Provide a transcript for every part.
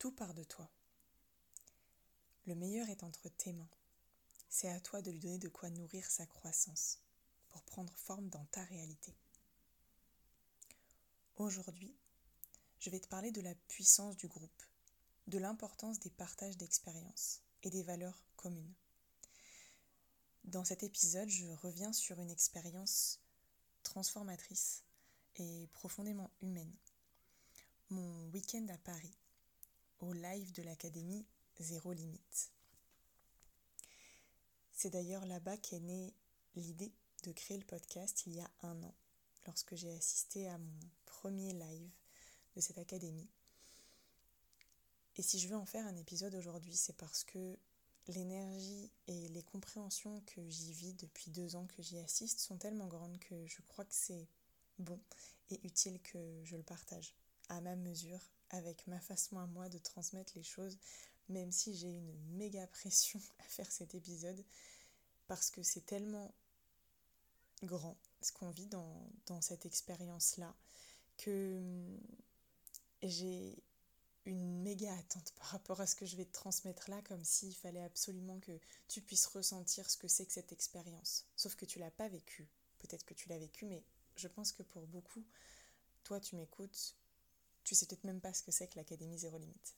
Tout part de toi. Le meilleur est entre tes mains. C'est à toi de lui donner de quoi nourrir sa croissance pour prendre forme dans ta réalité. Aujourd'hui, je vais te parler de la puissance du groupe, de l'importance des partages d'expériences et des valeurs communes. Dans cet épisode, je reviens sur une expérience transformatrice et profondément humaine. Mon week-end à Paris, au live de l'Académie Zéro Limite. C'est d'ailleurs là-bas qu'est née l'idée de créer le podcast il y a 1 an, lorsque j'ai assisté à mon premier live de cette académie. Et si je veux en faire un épisode aujourd'hui, c'est parce que l'énergie et les compréhensions que j'y vis depuis 2 ans que j'y assiste sont tellement grandes que je crois que c'est bon et utile que je le partage à ma mesure, avec ma façon à moi de transmettre les choses, même si j'ai une méga pression à faire cet épisode, parce que c'est tellement grand ce qu'on vit dans cette expérience-là, que j'ai une méga attente par rapport à ce que je vais te transmettre là, comme s'il fallait absolument que tu puisses ressentir ce que c'est que cette expérience. Sauf que tu l'as pas vécu. Peut-être que tu l'as vécu, mais je pense que pour beaucoup, toi tu m'écoutes, tu sais peut-être même pas ce que c'est que l'Académie Zéro Limite.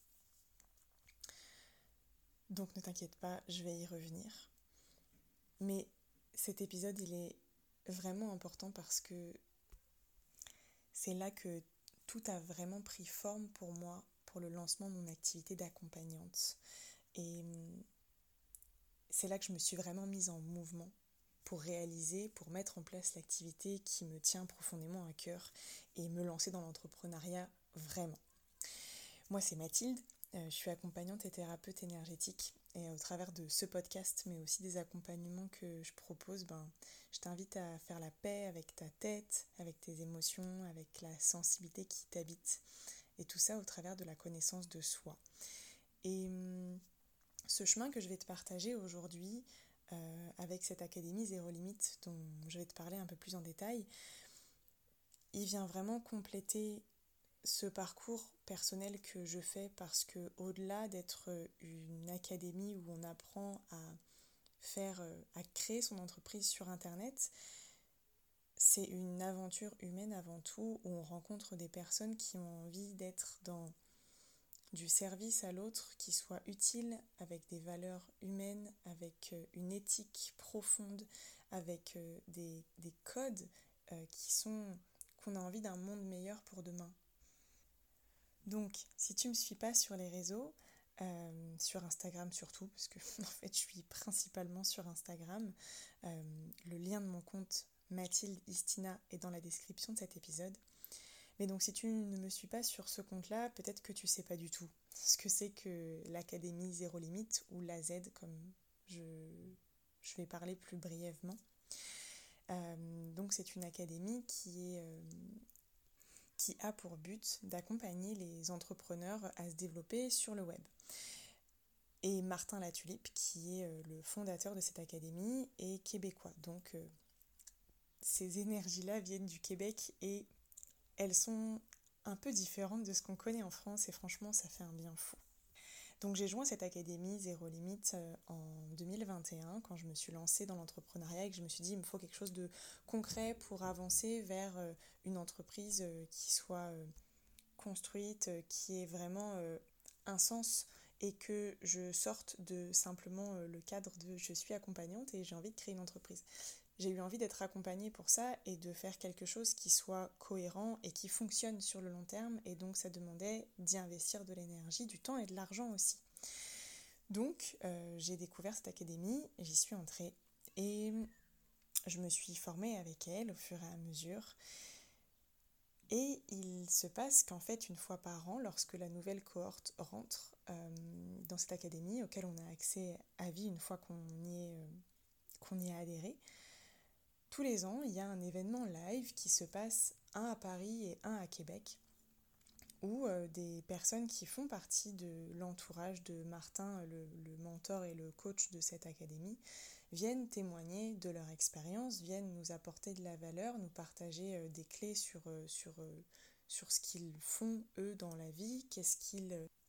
Donc ne t'inquiète pas, je vais y revenir. Mais cet épisode, il est vraiment important parce que c'est là que tout a vraiment pris forme pour moi, pour le lancement de mon activité d'accompagnante. Et c'est là que je me suis vraiment mise en mouvement pour réaliser, pour mettre en place l'activité qui me tient profondément à cœur et me lancer dans l'entrepreneuriat vraiment. Moi, c'est Mathilde, je suis accompagnante et thérapeute énergétique et au travers de ce podcast, mais aussi des accompagnements que je propose, je t'invite à faire la paix avec ta tête, avec tes émotions, avec la sensibilité qui t'habite et tout ça au travers de la connaissance de soi. Et ce chemin que je vais te partager aujourd'hui avec cette Académie Zéro Limite dont je vais te parler un peu plus en détail, il vient vraiment compléter ce parcours personnel que je fais parce que au-delà d'être une académie où on apprend à créer son entreprise sur internet, c'est une aventure humaine avant tout où on rencontre des personnes qui ont envie d'être dans du service à l'autre qui soit utile, avec des valeurs humaines, avec une éthique profonde, avec des codes qu'on a envie d'un monde meilleur pour demain. Donc, si tu ne me suis pas sur les réseaux, sur Instagram surtout, parce que en fait je suis principalement sur Instagram, le lien de mon compte Mathilde Istina est dans la description de cet épisode. Mais donc si tu ne me suis pas sur ce compte-là, peut-être que tu sais pas du tout ce que c'est que l'Académie Zéro Limite, ou l'AZ comme je vais parler plus brièvement. Donc c'est une académie qui a pour but d'accompagner les entrepreneurs à se développer sur le web. Et Martin Latulippe, qui est le fondateur de cette académie, est québécois. Donc ces énergies-là viennent du Québec et elles sont un peu différentes de ce qu'on connaît en France et franchement ça fait un bien fou. Donc j'ai joint cette académie Zéro Limite en 2021 quand je me suis lancée dans l'entrepreneuriat et que je me suis dit il me faut quelque chose de concret pour avancer vers une entreprise qui soit construite, qui ait vraiment un sens et que je sorte de simplement le cadre de je suis accompagnante et j'ai envie de créer une entreprise. J'ai eu envie d'être accompagnée pour ça et de faire quelque chose qui soit cohérent et qui fonctionne sur le long terme, et donc ça demandait d'y investir de l'énergie, du temps et de l'argent aussi. Donc j'ai découvert cette académie, j'y suis entrée et je me suis formée avec elle au fur et à mesure. Et il se passe qu'en fait, une fois par an, lorsque la nouvelle cohorte rentre dans cette académie, auquel on a accès à vie une fois qu'on y a adhéré, tous les ans, il y a un événement live qui se passe, un à Paris et un à Québec, où des personnes qui font partie de l'entourage de Martin, le mentor et le coach de cette académie, viennent témoigner de leur expérience, viennent nous apporter de la valeur, nous partager des clés sur ce qu'ils font eux dans la vie, qu'est-ce qu'ils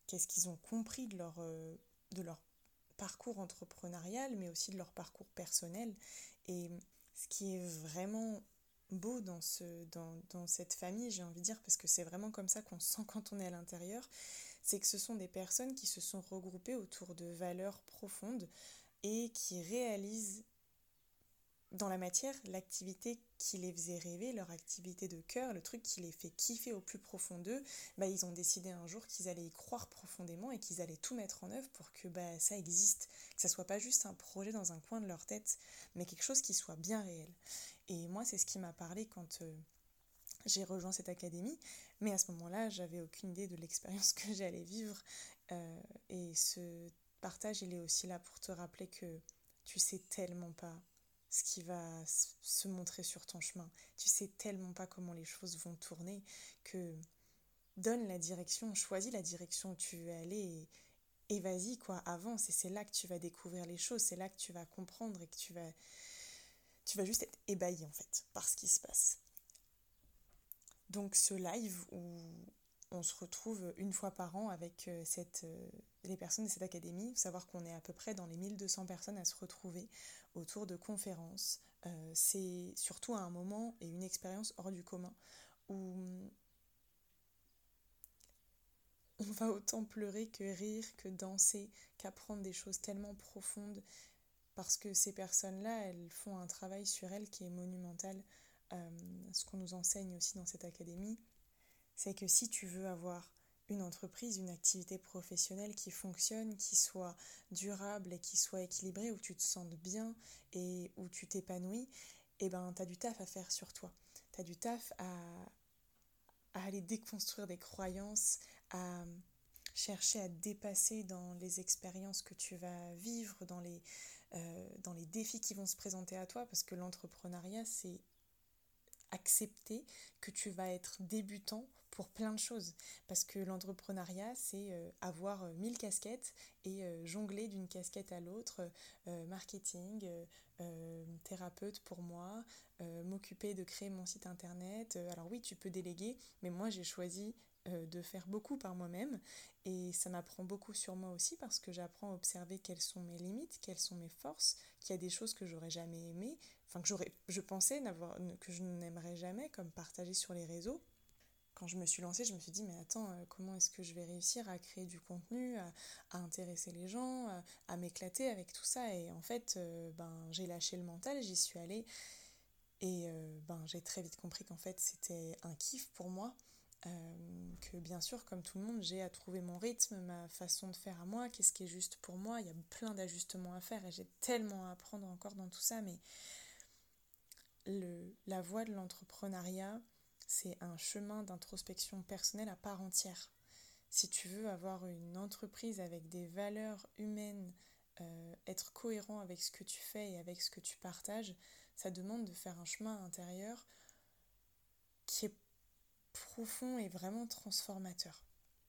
qu'est-ce qu'ils ont compris de leur parcours entrepreneurial, mais aussi de leur parcours personnel. Et ce qui est vraiment beau dans cette famille, j'ai envie de dire, parce que c'est vraiment comme ça qu'on se sent quand on est à l'intérieur, c'est que ce sont des personnes qui se sont regroupées autour de valeurs profondes et qui réalisent dans la matière l'activité qui les faisait rêver, leur activité de cœur, le truc qui les fait kiffer au plus profond d'eux. Ils ont décidé un jour qu'ils allaient y croire profondément et qu'ils allaient tout mettre en œuvre pour que ça existe, que ça soit pas juste un projet dans un coin de leur tête, mais quelque chose qui soit bien réel. Et moi, c'est ce qui m'a parlé quand j'ai rejoint cette académie, mais à ce moment-là, j'avais aucune idée de l'expérience que j'allais vivre. Et ce partage, il est aussi là pour te rappeler que tu sais tellement pas ce qui va se montrer sur ton chemin. Tu sais tellement pas comment les choses vont tourner que donne la direction, choisis la direction où tu veux aller et vas-y quoi, avance. Et c'est là que tu vas découvrir les choses, c'est là que tu vas comprendre et que tu vas juste être ébahi en fait par ce qui se passe. Donc ce live où on se retrouve une fois par an avec les personnes de cette académie. Il faut savoir qu'on est à peu près dans les 1200 personnes à se retrouver autour de conférences. C'est surtout un moment et une expérience hors du commun où on va autant pleurer que rire, que danser, qu'apprendre des choses tellement profondes parce que ces personnes-là, elles font un travail sur elles qui est monumental. Ce qu'on nous enseigne aussi dans cette académie, c'est que si tu veux avoir une entreprise, une activité professionnelle qui fonctionne, qui soit durable et qui soit équilibrée, où tu te sentes bien et où tu t'épanouis, t'as du taf à faire sur toi. T'as du taf à aller déconstruire des croyances, à chercher à te dépasser dans les expériences que tu vas vivre, dans les défis qui vont se présenter à toi, parce que l'entrepreneuriat, c'est accepter que tu vas être débutant pour plein de choses. Parce que l'entrepreneuriat, c'est avoir 1000 casquettes et jongler d'une casquette à l'autre, marketing, thérapeute pour moi, m'occuper de créer mon site internet. Alors oui, tu peux déléguer, mais moi j'ai choisi de faire beaucoup par moi-même et ça m'apprend beaucoup sur moi aussi parce que j'apprends à observer quelles sont mes limites, quelles sont mes forces, qu'il y a des choses que j'aurais jamais aimées, enfin je pensais que je n'aimerais jamais, comme partager sur les réseaux. Quand je me suis lancée, je me suis dit, mais attends, comment est-ce que je vais réussir à créer du contenu, à intéresser les gens, à m'éclater avec tout ça. Et en fait, j'ai lâché le mental, j'y suis allée. Et j'ai très vite compris qu'en fait, c'était un kiff pour moi. Que bien sûr, comme tout le monde, j'ai à trouver mon rythme, ma façon de faire à moi, qu'est-ce qui est juste pour moi. Il y a plein d'ajustements à faire et j'ai tellement à apprendre encore dans tout ça. Mais la voie de l'entrepreneuriat, c'est un chemin d'introspection personnelle à part entière. Si tu veux avoir une entreprise avec des valeurs humaines, être cohérent avec ce que tu fais et avec ce que tu partages, ça demande de faire un chemin intérieur qui est profond et vraiment transformateur.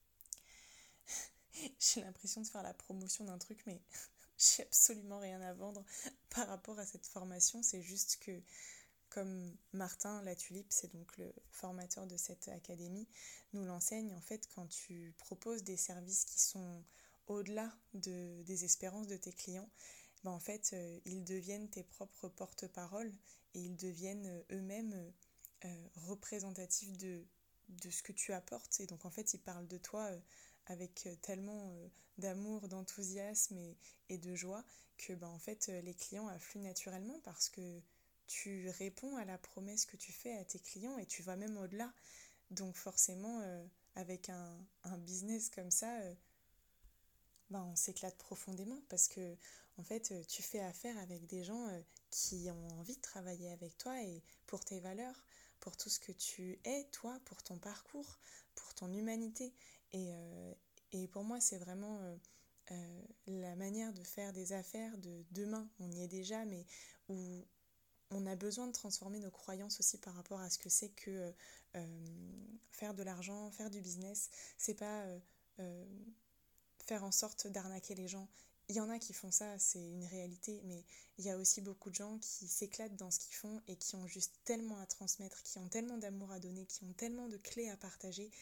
J'ai l'impression de faire la promotion d'un truc, mais j'ai absolument rien à vendre par rapport à cette formation. C'est juste que, comme Martin Latulippe, c'est donc le formateur de cette académie, nous l'enseigne, en fait, quand tu proposes des services qui sont au-delà des espérances de tes clients, en fait, ils deviennent tes propres porte-paroles et ils deviennent eux-mêmes représentatifs de ce que tu apportes. Et donc, en fait, ils parlent de toi avec tellement d'amour, d'enthousiasme et de joie que, en fait, les clients affluent naturellement parce que tu réponds à la promesse que tu fais à tes clients et tu vas même au-delà. Donc forcément, avec un business comme ça, on s'éclate profondément parce que en fait, tu fais affaire avec des gens qui ont envie de travailler avec toi et pour tes valeurs, pour tout ce que tu es, toi, pour ton parcours, pour ton humanité. Et pour moi, c'est vraiment la manière de faire des affaires de demain. On y est déjà, mais où on a besoin de transformer nos croyances aussi par rapport à ce que c'est que faire de l'argent, faire du business. C'est pas faire en sorte d'arnaquer les gens. Il y en a qui font ça, c'est une réalité, mais il y a aussi beaucoup de gens qui s'éclatent dans ce qu'ils font et qui ont juste tellement à transmettre, qui ont tellement d'amour à donner, qui ont tellement de clés à partager,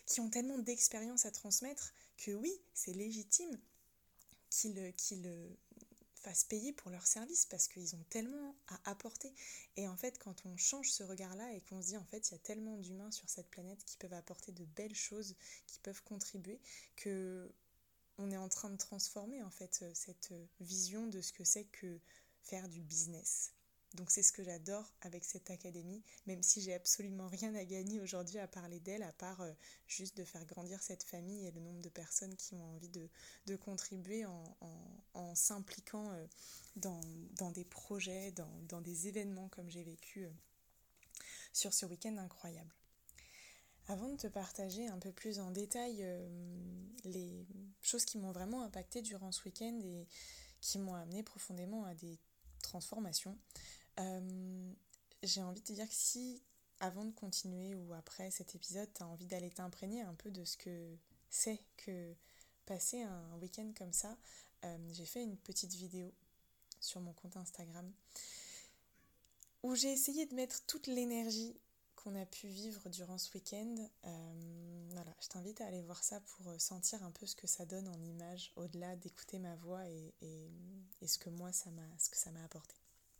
qui ont tellement d'expérience à transmettre que oui, c'est légitime qu'ils fassent payer pour leur service parce qu'ils ont tellement à apporter. Et en fait, quand on change ce regard-là et qu'on se dit en fait, il y a tellement d'humains sur cette planète qui peuvent apporter de belles choses, qui peuvent contribuer, que on est en train de transformer en fait cette vision de ce que c'est que faire du business. Donc c'est ce que j'adore avec cette académie, même si j'ai absolument rien à gagner aujourd'hui à parler d'elle, à part juste de faire grandir cette famille et le nombre de personnes qui ont envie de contribuer en s'impliquant dans des projets, dans des événements comme j'ai vécu sur ce week-end incroyable. Avant de te partager un peu plus en détail les choses qui m'ont vraiment impacté durant ce week-end et qui m'ont amené profondément à des transformations, j'ai envie de te dire que si, avant de continuer ou après cet épisode, tu as envie d'aller t'imprégner un peu de ce que c'est que passer un week-end comme ça, j'ai fait une petite vidéo sur mon compte Instagram où j'ai essayé de mettre toute l'énergie qu'on a pu vivre durant ce week-end. Voilà, je t'invite à aller voir ça pour sentir un peu ce que ça donne en image, au-delà d'écouter ma voix et ce que moi ça m'a apporté.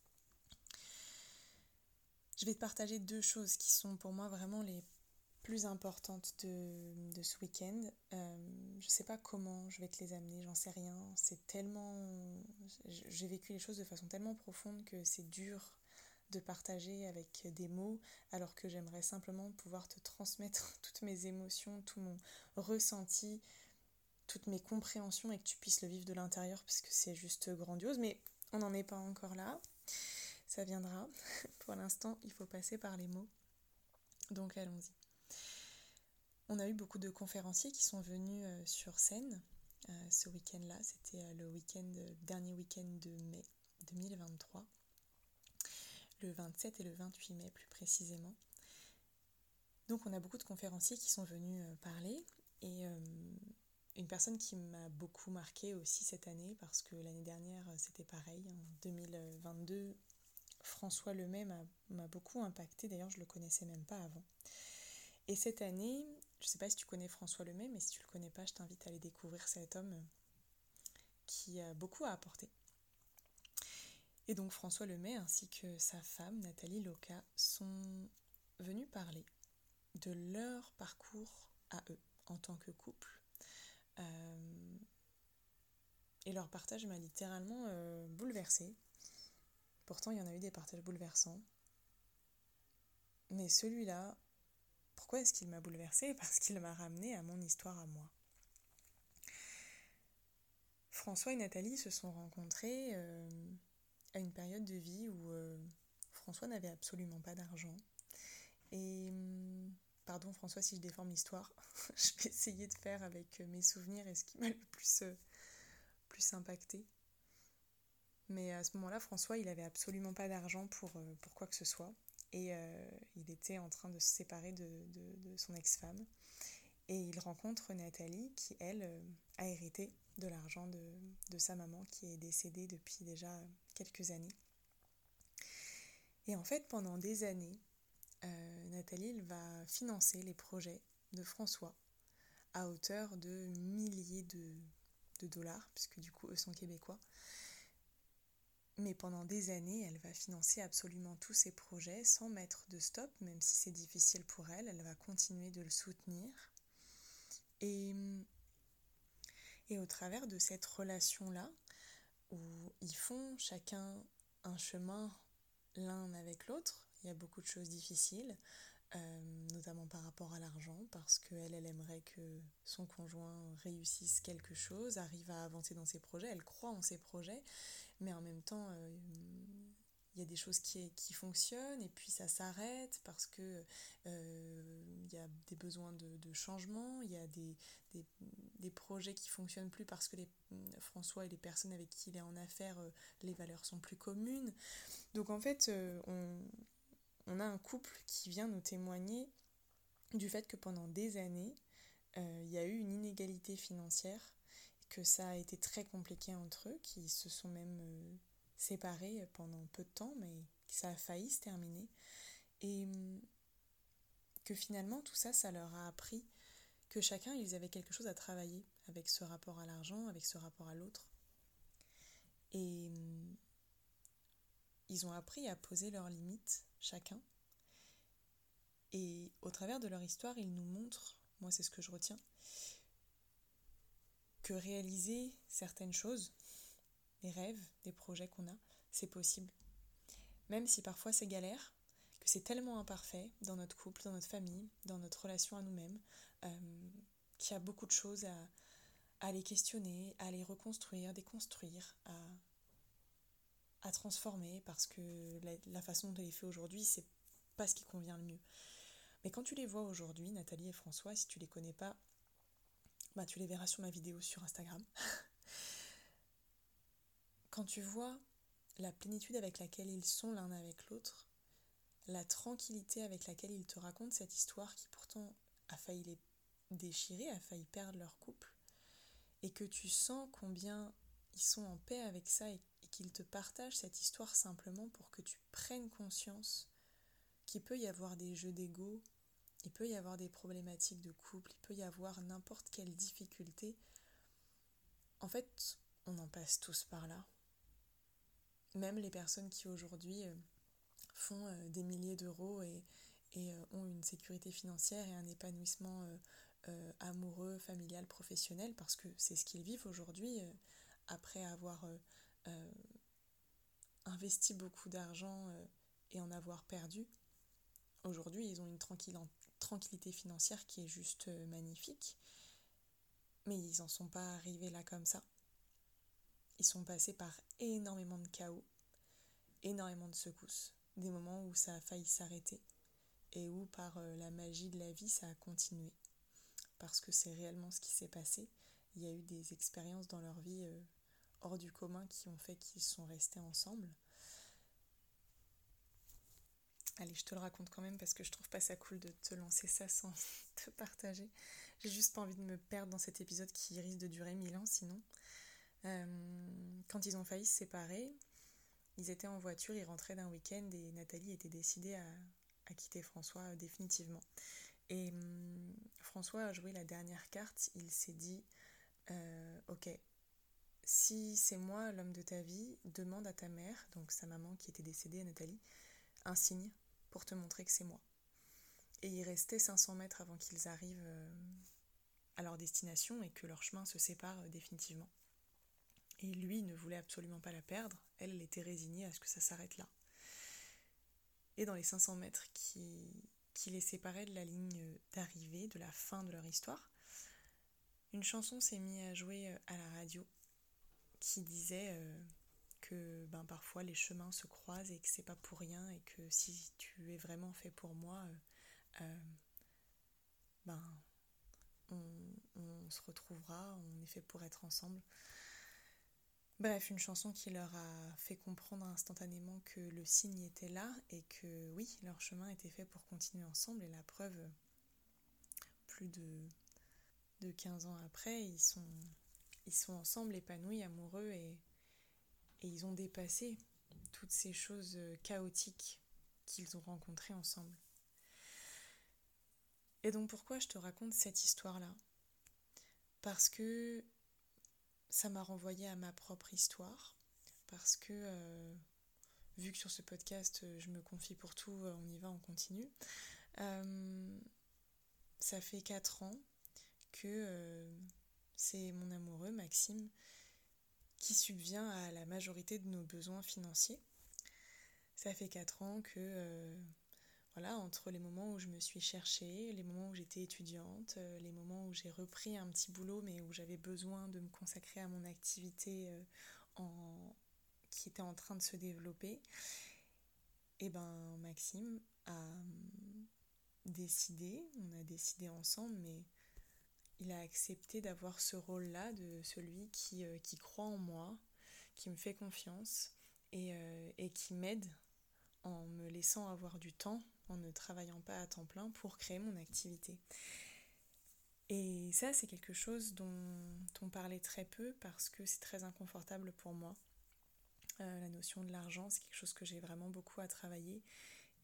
Je vais te partager 2 choses qui sont pour moi vraiment les plus importantes de ce week-end. Je sais pas comment je vais te les amener, j'en sais rien. C'est tellement... J'ai vécu les choses de façon tellement profonde que c'est dur de partager avec des mots, alors que j'aimerais simplement pouvoir te transmettre toutes mes émotions, tout mon ressenti, toutes mes compréhensions et que tu puisses le vivre de l'intérieur parce que c'est juste grandiose. Mais on n'en est pas encore là. Ça viendra. Pour l'instant, il faut passer par les mots. Donc allons-y. On a eu beaucoup de conférenciers qui sont venus sur scène ce week-end-là. C'était dernier week-end de mai 2023. Le 27 et le 28 mai plus précisément. Donc on a beaucoup de conférenciers qui sont venus parler et une personne qui m'a beaucoup marquée aussi cette année parce que l'année dernière c'était pareil, en 2022 François Lemay m'a beaucoup impactée, d'ailleurs je le connaissais même pas avant. Et cette année, je sais pas si tu connais François Lemay, mais si tu le connais pas, je t'invite à aller découvrir cet homme qui a beaucoup à apporter. Et donc François Lemay ainsi que sa femme Nathalie Loca sont venus parler de leur parcours à eux en tant que couple. Et leur partage m'a littéralement bouleversée. Pourtant, il y en a eu des partages bouleversants. Mais celui-là, pourquoi est-ce qu'il m'a bouleversée ? Parce qu'il m'a ramenée à mon histoire à moi. François et Nathalie se sont rencontrés à une période de vie où François n'avait absolument pas d'argent. Et pardon François si je déforme l'histoire, je vais essayer de faire avec mes souvenirs et ce qui m'a le plus impacté. Mais à ce moment-là, François, il avait absolument pas d'argent pour quoi que ce soit. Et il était en train de se séparer de son ex-femme. Et il rencontre Nathalie qui, elle, a hérité de l'argent de sa maman qui est décédée depuis déjà quelques années. Et en fait, pendant des années, Nathalie elle va financer les projets de François à hauteur de milliers de dollars, puisque du coup, eux sont québécois. Mais pendant des années, elle va financer absolument tous ses projets sans mettre de stop, même si c'est difficile pour elle, elle va continuer de le soutenir. Et au travers de cette relation-là, où ils font chacun un chemin l'un avec l'autre, il y a beaucoup de choses difficiles, notamment par rapport à l'argent, parce qu'elle aimerait que son conjoint réussisse quelque chose, arrive à avancer dans ses projets, elle croit en ses projets, mais en même temps, il y a des choses qui fonctionnent et puis ça s'arrête parce que il y a des besoins de changement, il y a des projets qui fonctionnent plus parce que François et les personnes avec qui il est en affaires, les valeurs sont plus communes. Donc en fait, on a un couple qui vient nous témoigner du fait que pendant des années, il y a eu une inégalité financière, que ça a été très compliqué entre eux, qui se sont même séparés pendant peu de temps, mais ça a failli se terminer. Et que finalement, tout ça, ça leur a appris que chacun, ils avaient quelque chose à travailler avec ce rapport à l'argent, avec ce rapport à l'autre. Et ils ont appris à poser leurs limites, chacun. Et au travers de leur histoire, ils nous montrent, moi c'est ce que je retiens, que réaliser certaines choses, des rêves, des projets qu'on a, c'est possible. Même si parfois c'est galère, que c'est tellement imparfait dans notre couple, dans notre famille, dans notre relation à nous-mêmes, qu'il y a beaucoup de choses à les questionner, à les reconstruire, déconstruire, à transformer, parce que la façon dont elle est faite aujourd'hui, c'est pas ce qui convient le mieux. Mais quand tu les vois aujourd'hui, Nathalie et François, si tu les connais pas, bah tu les verras sur ma vidéo sur Instagram. Quand tu vois la plénitude avec laquelle ils sont l'un avec l'autre, la tranquillité avec laquelle ils te racontent cette histoire qui pourtant a failli les déchirer, a failli perdre leur couple, et que tu sens combien ils sont en paix avec ça et qu'ils te partagent cette histoire simplement pour que tu prennes conscience qu'il peut y avoir des jeux d'ego, il peut y avoir des problématiques de couple, il peut y avoir n'importe quelle difficulté. En fait, on en passe tous par là. Même les personnes qui aujourd'hui font des milliers d'euros et ont une sécurité financière et un épanouissement amoureux, familial, professionnel, parce que c'est ce qu'ils vivent aujourd'hui après avoir investi beaucoup d'argent et en avoir perdu. Aujourd'hui, ils ont une tranquillité financière qui est juste magnifique, mais ils n'en sont pas arrivés là comme ça. Ils sont passés par énormément de chaos, énormément de secousses, des moments où ça a failli s'arrêter et où par la magie de la vie ça a continué, parce que c'est réellement ce qui s'est passé. Il y a eu des expériences dans leur vie hors du commun qui ont fait qu'ils sont restés ensemble. Allez, je te le raconte quand même parce que je trouve pas ça cool de te lancer ça sans te partager. J'ai juste pas envie de me perdre dans cet épisode qui risque de durer 1000 ans sinon. Quand ils ont failli se séparer, ils étaient en voiture, ils rentraient d'un week-end et Nathalie était décidée à quitter François définitivement. Et François a joué la dernière carte, il s'est dit ok, si c'est moi l'homme de ta vie, demande à ta mère, donc sa maman qui était décédée, Nathalie, un signe pour te montrer que c'est moi. Et il restait 500 mètres avant qu'ils arrivent à leur destination et que leur chemin se sépare définitivement. Et lui ne voulait absolument pas la perdre, elle était résignée à ce que ça s'arrête là. Et dans les 500 mètres qui les séparaient de la ligne d'arrivée, de la fin de leur histoire, une chanson s'est mise à jouer à la radio qui disait que parfois les chemins se croisent et que c'est pas pour rien et que si tu es vraiment fait pour moi, on se retrouvera, on est fait pour être ensemble. Bref, une chanson qui leur a fait comprendre instantanément que le signe était là et que oui, leur chemin était fait pour continuer ensemble. Et la preuve, plus de 15 ans après, ils sont ensemble, épanouis, amoureux et ils ont dépassé toutes ces choses chaotiques qu'ils ont rencontrées ensemble. Et donc pourquoi je te raconte cette histoire-là ? Parce que ça m'a renvoyée à ma propre histoire, parce que vu que sur ce podcast je me confie pour tout, on y va, on continue. Ça fait 4 ans que c'est mon amoureux Maxime qui subvient à la majorité de nos besoins financiers. Ça fait 4 ans que entre les moments où je me suis cherchée, les moments où j'étais étudiante, les moments où j'ai repris un petit boulot mais où j'avais besoin de me consacrer à mon activité qui était en train de se développer, et Maxime a décidé, on a décidé ensemble, mais il a accepté d'avoir ce rôle-là de celui qui croit en moi, qui me fait confiance et qui m'aide en me laissant avoir du temps, en ne travaillant pas à temps plein pour créer mon activité. Et ça, c'est quelque chose dont on parlait très peu parce que c'est très inconfortable pour moi. La notion de l'argent, c'est quelque chose que j'ai vraiment beaucoup à travailler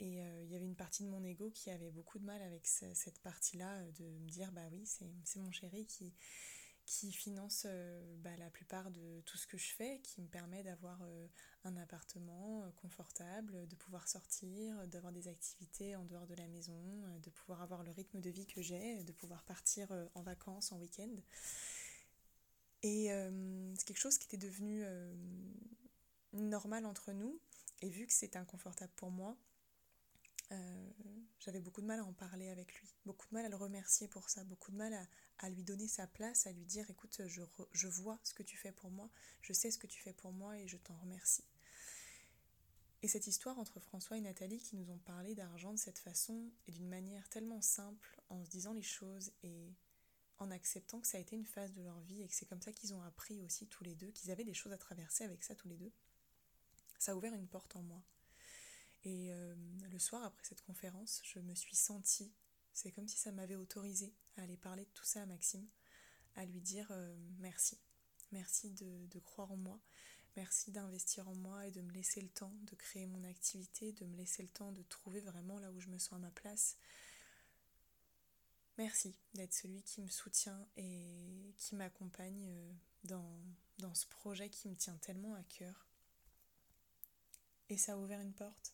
Et il y avait une partie de mon ego qui avait beaucoup de mal avec cette partie-là, de me dire bah oui, c'est mon chéri qui finance la plupart de tout ce que je fais, qui me permet d'avoir un appartement confortable, de pouvoir sortir, d'avoir des activités en dehors de la maison, de pouvoir avoir le rythme de vie que j'ai, de pouvoir partir en vacances, en week-end. Et c'est quelque chose qui était devenu normal entre nous. Et vu que c'était inconfortable pour moi, j'avais beaucoup de mal à en parler avec lui, beaucoup de mal à le remercier pour ça, beaucoup de mal à lui donner sa place, à lui dire écoute, je vois ce que tu fais pour moi, je sais ce que tu fais pour moi et je t'en remercie. Et cette histoire entre François et Nathalie qui nous ont parlé d'argent de cette façon et d'une manière tellement simple, en se disant les choses et en acceptant que ça a été une phase de leur vie et que c'est comme ça qu'ils ont appris aussi tous les deux, qu'ils avaient des choses à traverser avec ça tous les deux, ça a ouvert une porte en moi. Et le soir, après cette conférence, je me suis sentie, c'est comme si ça m'avait autorisée à aller parler de tout ça à Maxime, à lui dire merci. Merci de croire en moi, merci d'investir en moi et de me laisser le temps de créer mon activité, de me laisser le temps de trouver vraiment là où je me sens à ma place. Merci d'être celui qui me soutient et qui m'accompagne dans ce projet qui me tient tellement à cœur. Et ça a ouvert une porte.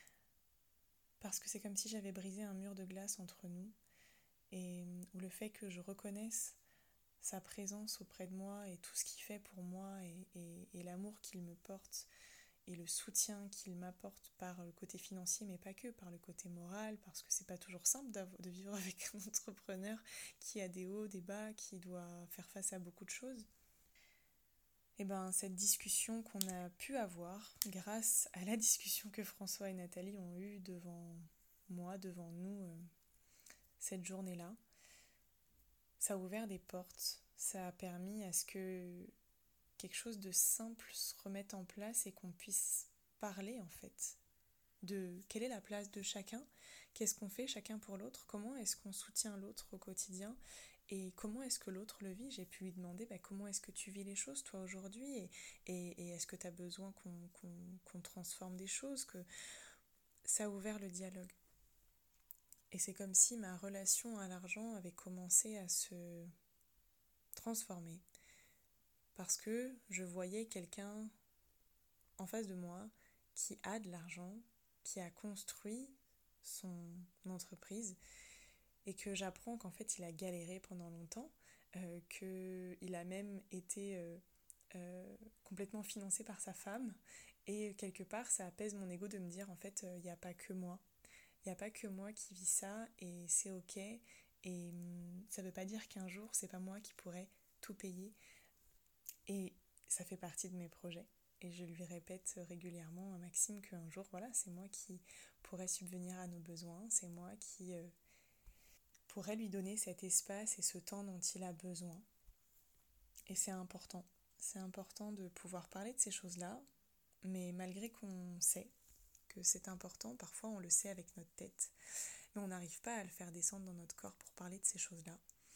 Parce que c'est comme si j'avais brisé un mur de glace entre nous et où le fait que je reconnaisse sa présence auprès de moi et tout ce qu'il fait pour moi et l'amour qu'il me porte et le soutien qu'il m'apporte par le côté financier mais pas que, par le côté moral, parce que c'est pas toujours simple de vivre avec un entrepreneur qui a des hauts, des bas, qui doit faire face à beaucoup de choses. Et ben cette discussion qu'on a pu avoir grâce à la discussion que François et Nathalie ont eue devant moi, devant nous cette journée-là, ça a ouvert des portes, ça a permis à ce que quelque chose de simple se remette en place et qu'on puisse parler en fait de quelle est la place de chacun, qu'est-ce qu'on fait chacun pour l'autre, comment est-ce qu'on soutient l'autre au quotidien et comment est-ce que l'autre le vit. J'ai pu lui demander comment est-ce que tu vis les choses toi aujourd'hui et est-ce que tu as besoin qu'on transforme des choses, que ça a ouvert le dialogue. Et c'est comme si ma relation à l'argent avait commencé à se transformer parce que je voyais quelqu'un en face de moi qui a de l'argent, qui a construit son entreprise et que j'apprends qu'en fait il a galéré pendant longtemps, qu'il a même été complètement financé par sa femme et quelque part ça apaise mon ego de me dire en fait il n'y a pas que moi. Il n'y a pas que moi qui vis ça et c'est ok et ça veut pas dire qu'un jour c'est pas moi qui pourrais tout payer et ça fait partie de mes projets. Et je lui répète régulièrement à Maxime qu'un jour, voilà, c'est moi qui pourrais subvenir à nos besoins, c'est moi qui pourrais lui donner cet espace et ce temps dont il a besoin. Et c'est important. C'est important de pouvoir parler de ces choses-là, mais malgré qu'on sait que c'est important, parfois on le sait avec notre tête, mais on n'arrive pas à le faire descendre dans notre corps pour parler de ces choses-là.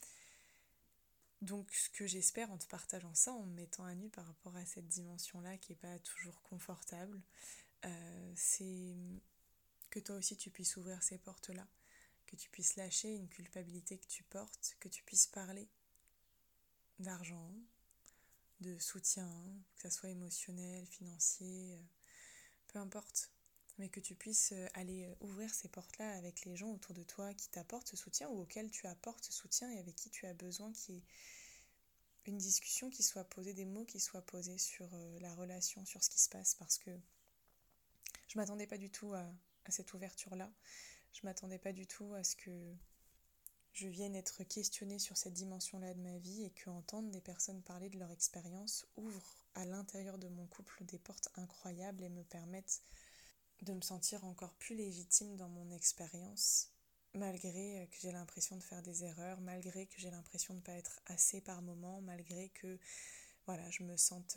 Donc ce que j'espère en te partageant ça, en me mettant à nu par rapport à cette dimension-là qui n'est pas toujours confortable, c'est que toi aussi tu puisses ouvrir ces portes-là, que tu puisses lâcher une culpabilité que tu portes, que tu puisses parler d'argent, de soutien, que ça soit émotionnel, financier, peu importe, mais que tu puisses aller ouvrir ces portes-là avec les gens autour de toi qui t'apportent ce soutien ou auxquels tu apportes ce soutien et avec qui tu as besoin qu'il y ait une discussion qui soit posée, des mots qui soient posés sur la relation, sur ce qui se passe, parce que je m'attendais pas du tout à cette ouverture-là. Je m'attendais pas du tout à ce que je vienne être questionnée sur cette dimension-là de ma vie et qu'entendre des personnes parler de leur expérience ouvre à l'intérieur de mon couple des portes incroyables et me permettent de me sentir encore plus légitime dans mon expérience, malgré que j'ai l'impression de faire des erreurs, malgré que j'ai l'impression de ne pas être assez par moment, malgré que voilà, je me sente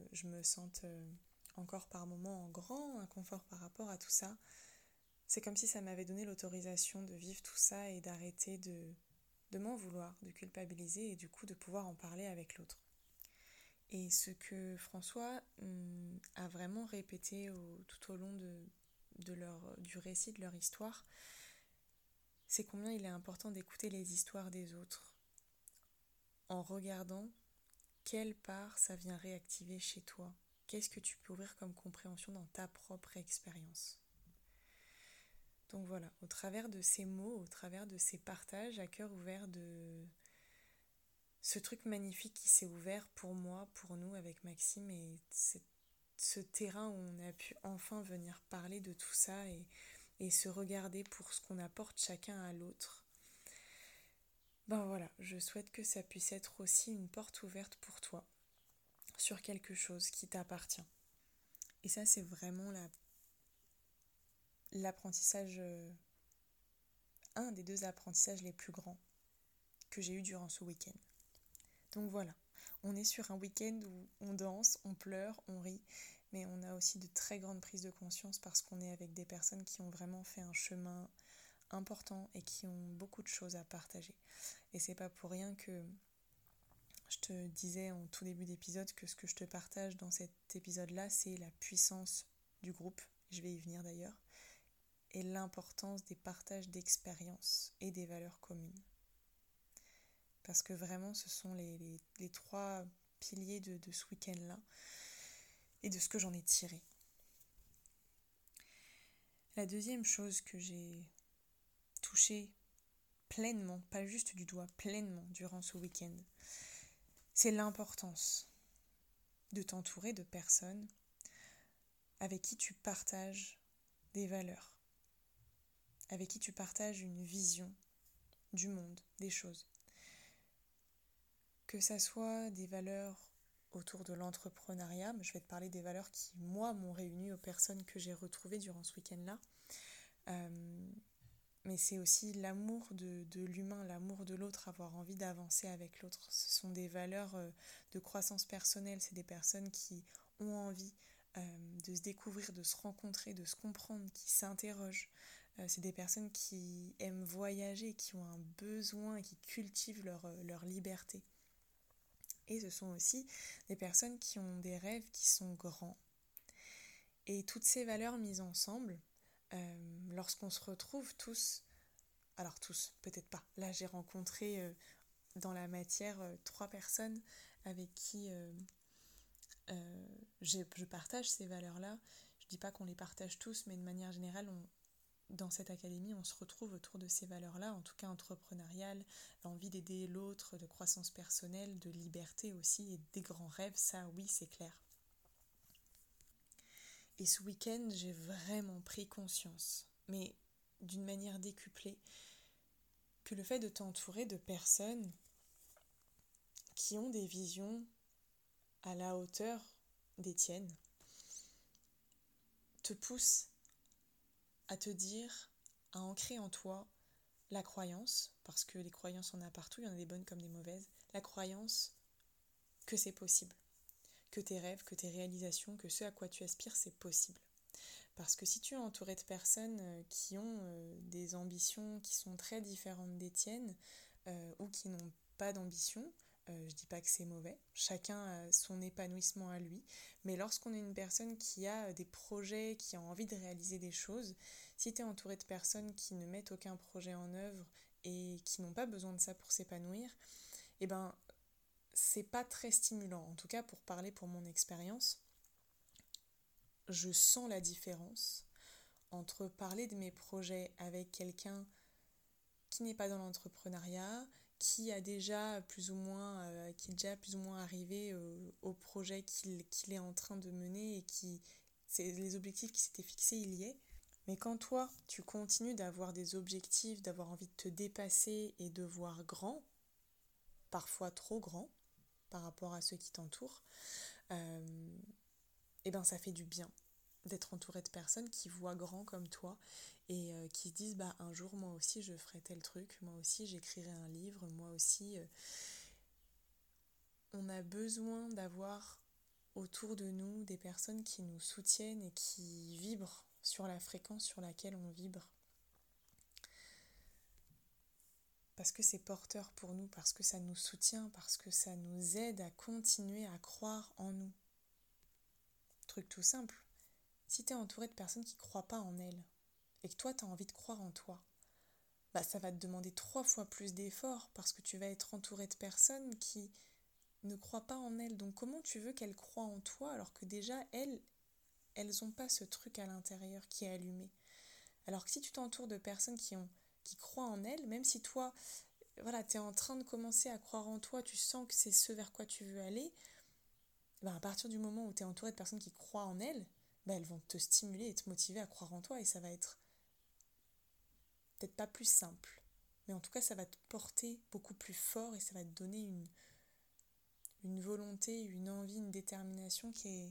encore par moment en grand inconfort par rapport à tout ça. C'est comme si ça m'avait donné l'autorisation de vivre tout ça et d'arrêter de m'en vouloir, de culpabiliser et du coup de pouvoir en parler avec l'autre. Et ce que François a vraiment répété tout au long du récit de leur histoire, c'est combien il est important d'écouter les histoires des autres en regardant quelle part ça vient réactiver chez toi. Qu'est-ce que tu peux ouvrir comme compréhension dans ta propre expérience. Donc voilà, au travers de ces mots, au travers de ces partages à cœur ouvert, de ce truc magnifique qui s'est ouvert pour moi, pour nous avec Maxime, et ce terrain où on a pu enfin venir parler de tout ça et se regarder pour ce qu'on apporte chacun à l'autre. Ben voilà, je souhaite que ça puisse être aussi une porte ouverte pour toi sur quelque chose qui t'appartient. Et ça, c'est vraiment l'apprentissage, un des 2 apprentissages les plus grands que j'ai eu durant ce week-end. Donc voilà, on est sur un week-end où on danse, on pleure, on rit, mais on a aussi de très grandes prises de conscience parce qu'on est avec des personnes qui ont vraiment fait un chemin important et qui ont beaucoup de choses à partager. Et c'est pas pour rien que je te disais en tout début d'épisode que ce que je te partage dans cet épisode-là, c'est la puissance du groupe, je vais y venir d'ailleurs, et l'importance des partages d'expériences et des valeurs communes. Parce que vraiment, ce sont les 3 piliers de ce week-end-là et de ce que j'en ai tiré. La deuxième chose que j'ai touchée pleinement, pas juste du doigt, pleinement durant ce week-end, c'est l'importance de t'entourer de personnes avec qui tu partages des valeurs, avec qui tu partages une vision du monde, des choses. Que ça soit des valeurs autour de l'entrepreneuriat, je vais te parler des valeurs qui, moi, m'ont réunie aux personnes que j'ai retrouvées durant ce week-end-là. Mais c'est aussi l'amour de l'humain, l'amour de l'autre, avoir envie d'avancer avec l'autre. Ce sont des valeurs de croissance personnelle, c'est des personnes qui ont envie de se découvrir, de se rencontrer, de se comprendre, qui s'interrogent. C'est des personnes qui aiment voyager, qui ont un besoin, qui cultivent leur liberté. Et ce sont aussi des personnes qui ont des rêves qui sont grands. Et toutes ces valeurs mises ensemble, lorsqu'on se retrouve tous, alors tous, peut-être pas, là j'ai rencontré dans la matière 3 personnes avec qui je partage ces valeurs-là. Je dis pas qu'on les partage tous, mais de manière générale, dans cette académie, on se retrouve autour de ces valeurs-là, en tout cas entrepreneuriales, l'envie d'aider l'autre, de croissance personnelle, de liberté aussi, et des grands rêves, ça oui, c'est clair. Et ce week-end, j'ai vraiment pris conscience, mais d'une manière décuplée, que le fait de t'entourer de personnes qui ont des visions à la hauteur des tiennes te pousse à te dire, à ancrer en toi la croyance, parce que les croyances on a partout, il y en a des bonnes comme des mauvaises, la croyance que c'est possible, que tes rêves, que tes réalisations, que ce à quoi tu aspires, c'est possible. Parce que si tu es entouré de personnes qui ont des ambitions qui sont très différentes des tiennes, ou qui n'ont pas d'ambition, je dis pas que c'est mauvais, chacun a son épanouissement à lui, mais lorsqu'on est une personne qui a des projets, qui a envie de réaliser des choses, si tu es entouré de personnes qui ne mettent aucun projet en œuvre et qui n'ont pas besoin de ça pour s'épanouir, eh ben c'est pas très stimulant. En tout cas, pour parler pour mon expérience, je sens la différence entre parler de mes projets avec quelqu'un qui n'est pas dans l'entrepreneuriat, qui est déjà plus ou moins arrivé au projet qu'il est en train de mener et qui c'est les objectifs qui s'étaient fixés, il y est. Mais quand toi, tu continues d'avoir des objectifs, d'avoir envie de te dépasser et de voir grand, parfois trop grand, par rapport à ceux qui t'entourent, et ben ça fait du bien d'être entouré de personnes qui voient grand comme toi et qui se disent un jour moi aussi je ferai tel truc, moi aussi j'écrirai un livre, moi aussi on a besoin d'avoir autour de nous des personnes qui nous soutiennent et qui vibrent sur la fréquence sur laquelle on vibre. Parce que c'est porteur pour nous, parce que ça nous soutient, parce que ça nous aide à continuer à croire en nous. Truc tout simple. Si tu es entouré de personnes qui ne croient pas en elles, et que toi tu as envie de croire en toi, ça va te demander 3 fois plus d'efforts parce que tu vas être entouré de personnes qui ne croient pas en elles. Donc comment tu veux qu'elles croient en toi alors que déjà elles n'ont pas ce truc à l'intérieur qui est allumé. Alors que si tu t'entoures de personnes qui croient en elles, même si toi, voilà, tu es en train de commencer à croire en toi, tu sens que c'est ce vers quoi tu veux aller, à partir du moment où tu es entouré de personnes qui croient en elles, elles vont te stimuler et te motiver à croire en toi et ça va être peut-être pas plus simple. Mais en tout cas, ça va te porter beaucoup plus fort et ça va te donner une volonté, une envie, une détermination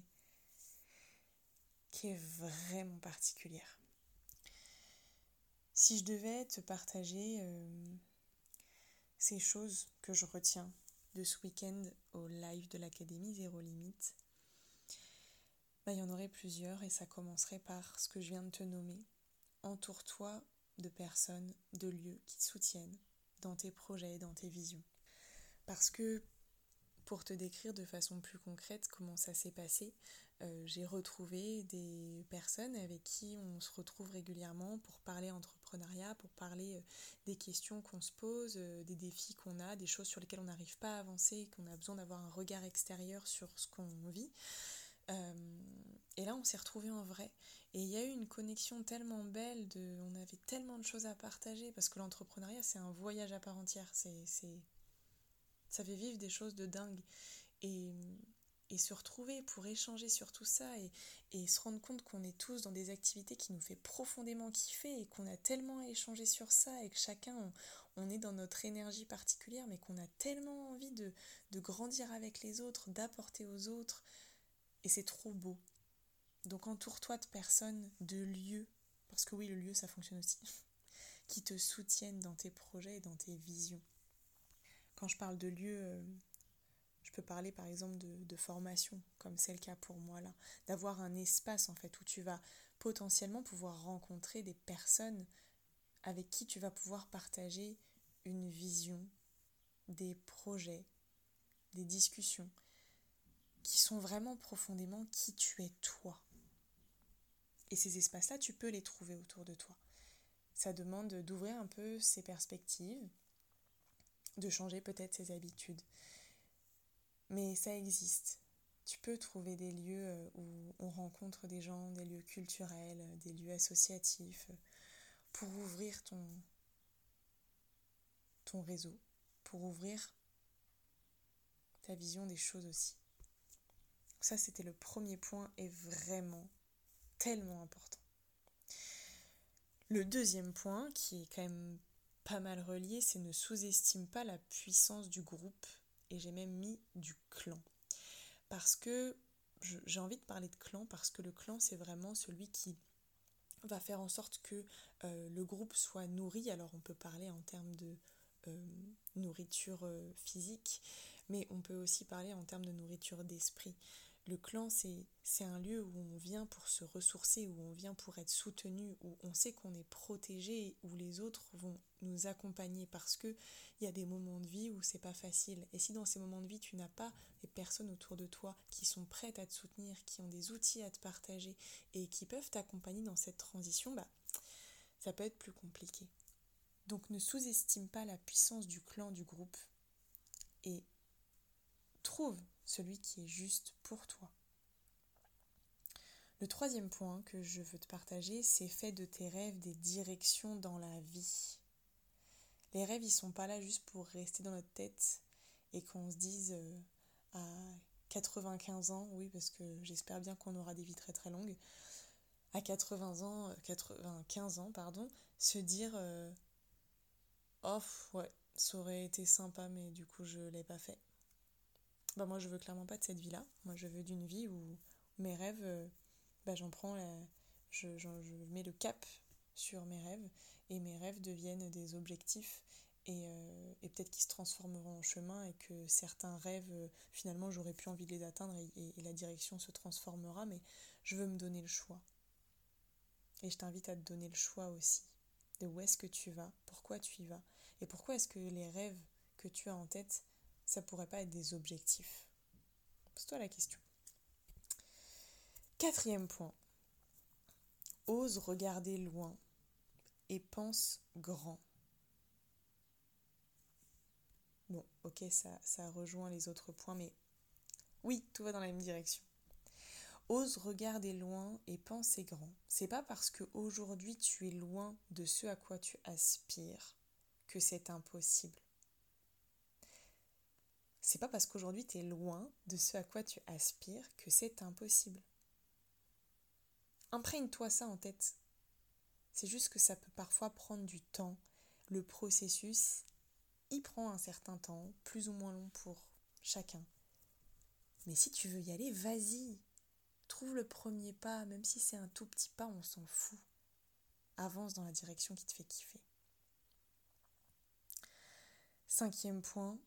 qui est vraiment particulière. Si je devais te partager ces choses que je retiens de ce week-end au live de l'Académie Zéro Limite, il y en aurait plusieurs et ça commencerait par ce que je viens de te nommer. Entoure-toi de personnes, de lieux qui te soutiennent dans tes projets, dans tes visions. Parce que, pour te décrire de façon plus concrète comment ça s'est passé, j'ai retrouvé des personnes avec qui on se retrouve régulièrement pour parler entrepreneuriat, pour parler des questions qu'on se pose, des défis qu'on a, des choses sur lesquelles on n'arrive pas à avancer, qu'on a besoin d'avoir un regard extérieur sur ce qu'on vit. Et là on s'est retrouvés en vrai et il y a eu une connexion tellement belle, on avait tellement de choses à partager parce que l'entrepreneuriat c'est un voyage à part entière, ça fait vivre des choses de dingue et se retrouver pour échanger sur tout ça et se rendre compte qu'on est tous dans des activités qui nous fait profondément kiffer et qu'on a tellement échangé sur ça et que chacun on est dans notre énergie particulière mais qu'on a tellement envie de grandir avec les autres, d'apporter aux autres. Et c'est trop beau. Donc entoure-toi de personnes, de lieux, parce que oui, le lieu, ça fonctionne aussi, qui te soutiennent dans tes projets et dans tes visions. Quand je parle de lieux, je peux parler par exemple de formation, comme c'est le cas pour moi là. D'avoir un espace en fait où tu vas potentiellement pouvoir rencontrer des personnes avec qui tu vas pouvoir partager une vision, des projets, des discussions qui sont vraiment profondément qui tu es toi. Et ces espaces-là, tu peux les trouver autour de toi. Ça demande d'ouvrir un peu ses perspectives, de changer peut-être ses habitudes. Mais ça existe. Tu peux trouver des lieux où on rencontre des gens, des lieux culturels, des lieux associatifs, pour ouvrir ton réseau, pour ouvrir ta vision des choses aussi. Ça, c'était le premier point et vraiment tellement important. Le deuxième point, qui est quand même pas mal relié, c'est ne sous-estime pas la puissance du groupe, et j'ai même mis du clan. Parce que j'ai envie de parler de clan, parce que le clan, c'est vraiment celui qui va faire en sorte que le groupe soit nourri. Alors on peut parler en termes de nourriture physique, mais on peut aussi parler en termes de nourriture d'esprit. Le clan, c'est un lieu où on vient pour se ressourcer, où on vient pour être soutenu, où on sait qu'on est protégé, où les autres vont nous accompagner parce qu'il y a des moments de vie où c'est pas facile. Et si dans ces moments de vie, tu n'as pas des personnes autour de toi qui sont prêtes à te soutenir, qui ont des outils à te partager et qui peuvent t'accompagner dans cette transition, ça peut être plus compliqué. Donc ne sous-estime pas la puissance du clan, du groupe, et trouve celui qui est juste pour toi. Le troisième point que je veux te partager, c'est fais de tes rêves des directions dans la vie. Les rêves, ils sont pas là juste pour rester dans notre tête et qu'on se dise à 95 ans, oui parce que j'espère bien qu'on aura des vies très très longues, à 95 ans, se dire oh ouais, ça aurait été sympa mais du coup je l'ai pas fait. Moi je veux clairement pas de cette vie-là. Moi je veux d'une vie où mes rêves, je mets le cap sur mes rêves et mes rêves deviennent des objectifs et peut-être qu'ils se transformeront en chemin et que certains rêves, finalement j'aurais plus envie de les atteindre et la direction se transformera, mais je veux me donner le choix. Et je t'invite à te donner le choix aussi de où est-ce que tu vas, pourquoi tu y vas et pourquoi est-ce que les rêves que tu as en tête, ça pourrait pas être des objectifs. Pose-toi la question. Quatrième point, Ose regarder loin et pense grand. Bon, ok, ça rejoint les autres points, mais oui, tout va dans la même direction. Ose regarder loin et penser grand. C'est pas parce qu'aujourd'hui tu es loin de ce à quoi tu aspires que c'est impossible. C'est pas parce qu'aujourd'hui tu es loin de ce à quoi tu aspires que c'est impossible. Imprègne-toi ça en tête. C'est juste que ça peut parfois prendre du temps. Le processus, il prend un certain temps, plus ou moins long pour chacun. Mais si tu veux y aller, vas-y. Trouve le premier pas, même si c'est un tout petit pas, on s'en fout. Avance dans la direction qui te fait kiffer. 5e point,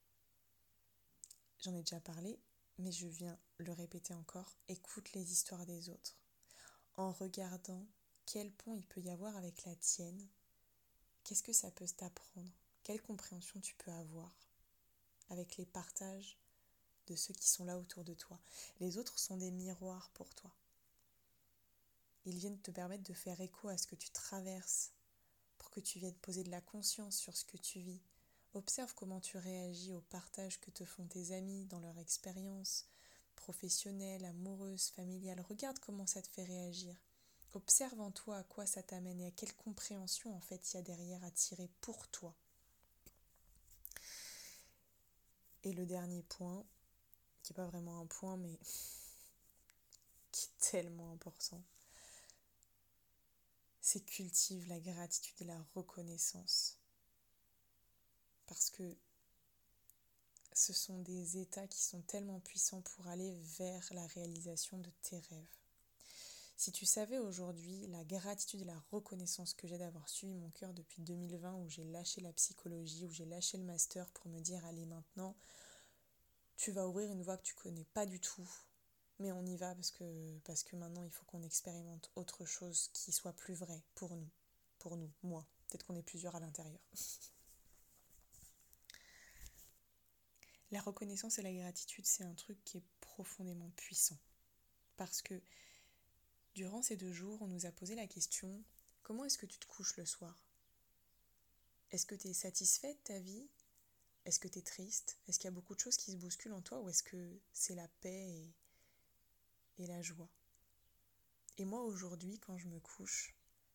j'en ai déjà parlé, mais je viens le répéter encore, écoute les histoires des autres. En regardant quel pont il peut y avoir avec la tienne, qu'est-ce que ça peut t'apprendre? Quelle compréhension tu peux avoir avec les partages de ceux qui sont là autour de toi? Les autres sont des miroirs pour toi. Ils viennent te permettre de faire écho à ce que tu traverses, pour que tu viennes poser de la conscience sur ce que tu vis. Observe comment tu réagis au partage que te font tes amis dans leur expérience professionnelle, amoureuse, familiale. Regarde comment ça te fait réagir. Observe en toi à quoi ça t'amène et à quelle compréhension en fait il y a derrière à tirer pour toi. Et le dernier point, qui n'est pas vraiment un point mais qui est tellement important, c'est cultive la gratitude et la reconnaissance. Parce que ce sont des états qui sont tellement puissants pour aller vers la réalisation de tes rêves. Si tu savais aujourd'hui la gratitude et la reconnaissance que j'ai d'avoir suivi mon cœur depuis 2020, où j'ai lâché la psychologie, où j'ai lâché le master pour me dire allez maintenant, tu vas ouvrir une voie que tu connais pas du tout, mais on y va parce que maintenant il faut qu'on expérimente autre chose qui soit plus vrai pour nous, moi. Peut-être qu'on est plusieurs à l'intérieur. La reconnaissance et la gratitude, c'est un truc qui est profondément puissant. Parce que durant ces 2 jours, on nous a posé la question, comment est-ce que tu te couches le soir? Est-ce que tu es satisfait de ta vie? Est-ce que tu es triste? Est-ce qu'il y a beaucoup de choses qui se bousculent en toi ou est-ce que c'est la paix et la joie? Et moi aujourd'hui, quand je me couche,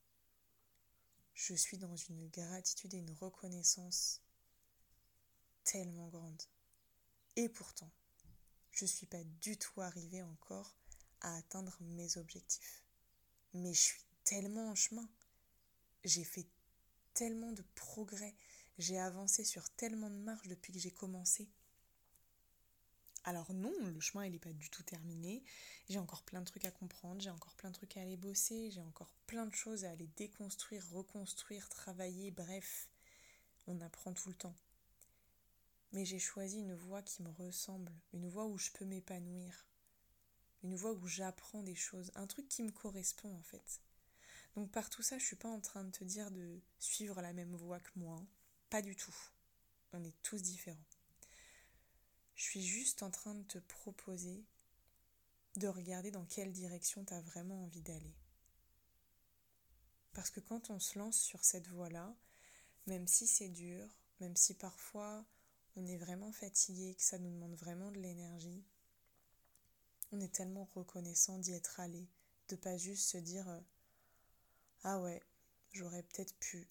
je suis dans une gratitude et une reconnaissance tellement grande. Et pourtant, je ne suis pas du tout arrivée encore à atteindre mes objectifs. Mais je suis tellement en chemin. J'ai fait tellement de progrès. J'ai avancé sur tellement de marches depuis que j'ai commencé. Alors non, le chemin il n'est pas du tout terminé. J'ai encore plein de trucs à comprendre, j'ai encore plein de trucs à aller bosser, j'ai encore plein de choses à aller déconstruire, reconstruire, travailler, bref, on apprend tout le temps. Mais j'ai choisi une voie qui me ressemble, une voie où je peux m'épanouir, une voie où j'apprends des choses, un truc qui me correspond en fait. Donc par tout ça, je suis pas en train de te dire de suivre la même voie que moi, hein. Pas du tout. On est tous différents. Je suis juste en train de te proposer de regarder dans quelle direction tu as vraiment envie d'aller. Parce que quand on se lance sur cette voie-là, même si c'est dur, même si parfois on est vraiment fatigué, que ça nous demande vraiment de l'énergie, on est tellement reconnaissant d'y être allé, de pas juste se dire ah ouais, j'aurais peut-être pu.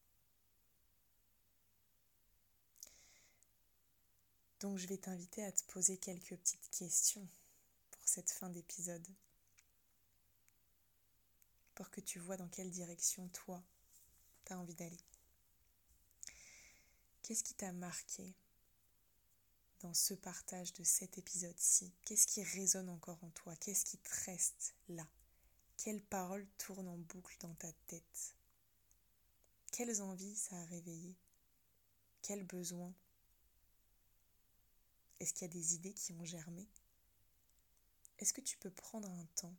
Donc je vais t'inviter à te poser quelques petites questions pour cette fin d'épisode, pour que tu vois dans quelle direction toi t'as envie d'aller. Qu'est-ce qui t'a marqué dans ce partage de cet épisode-ci? Qu'est-ce qui résonne encore en toi? Qu'est-ce qui te reste là? Quelles paroles tournent en boucle dans ta tête? Quelles envies ça a réveillé? Quels besoins? Est-ce qu'il y a des idées qui ont germé? Est-ce que tu peux prendre un temps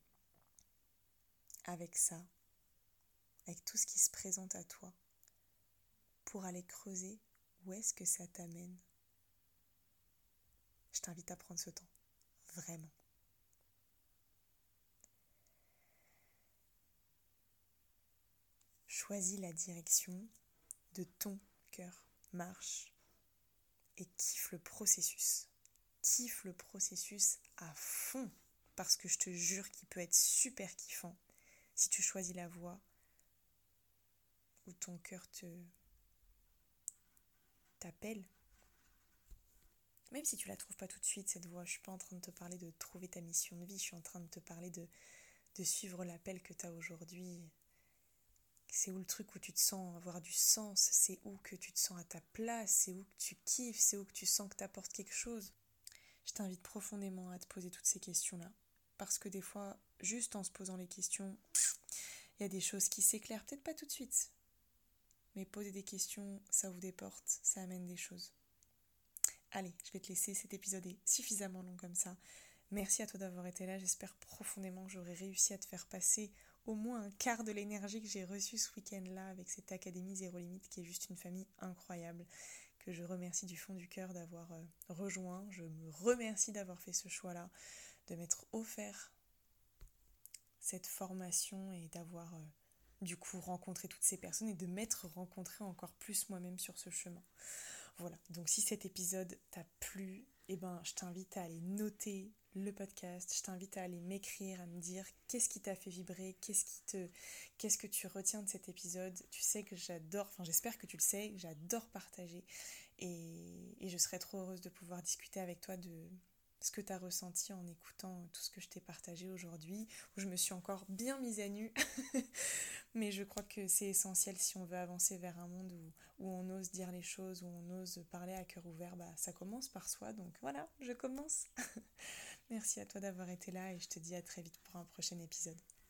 avec ça, avec tout ce qui se présente à toi, pour aller creuser où est-ce que ça t'amène? Je t'invite à prendre ce temps, vraiment. choisis la direction de ton cœur. Marche et kiffe le processus. Kiffe le processus à fond, parce que je te jure qu'il peut être super kiffant si tu choisis la voie où ton cœur t'appelle. Même si tu la trouves pas tout de suite, cette voie, je suis pas en train de te parler de trouver ta mission de vie, je suis en train de te parler de suivre l'appel que tu as aujourd'hui. C'est où le truc où tu te sens avoir du sens, c'est où que tu te sens à ta place, c'est où que tu kiffes, c'est où que tu sens que tu apportes quelque chose. Je t'invite profondément à te poser toutes ces questions-là, parce que des fois, juste en se posant les questions, il y a des choses qui s'éclairent, peut-être pas tout de suite, mais poser des questions, ça ouvre des portes, ça amène des choses. Allez, je vais te laisser, cet épisode est suffisamment long comme ça. Merci à toi d'avoir été là, j'espère profondément que j'aurai réussi à te faire passer au moins un quart de l'énergie que j'ai reçue ce week-end-là avec cette Académie Zéro Limite qui est juste une famille incroyable, que je remercie du fond du cœur d'avoir rejoint. Je me remercie d'avoir fait ce choix-là, de m'être offert cette formation et d'avoir du coup rencontré toutes ces personnes et de m'être rencontrée encore plus moi-même sur ce chemin. Voilà, donc si cet épisode t'a plu, je t'invite à aller noter le podcast, je t'invite à aller m'écrire, à me dire qu'est-ce qui t'a fait vibrer, qu'est-ce que tu retiens de cet épisode. Tu sais que j'adore, j'espère que tu le sais, j'adore partager et je serais trop heureuse de pouvoir discuter avec toi de ce que tu as ressenti en écoutant tout ce que je t'ai partagé aujourd'hui, où je me suis encore bien mise à nu. Mais je crois que c'est essentiel si on veut avancer vers un monde où on ose dire les choses, où on ose parler à cœur ouvert. Ça commence par soi, donc voilà, je commence. Merci à toi d'avoir été là et je te dis à très vite pour un prochain épisode.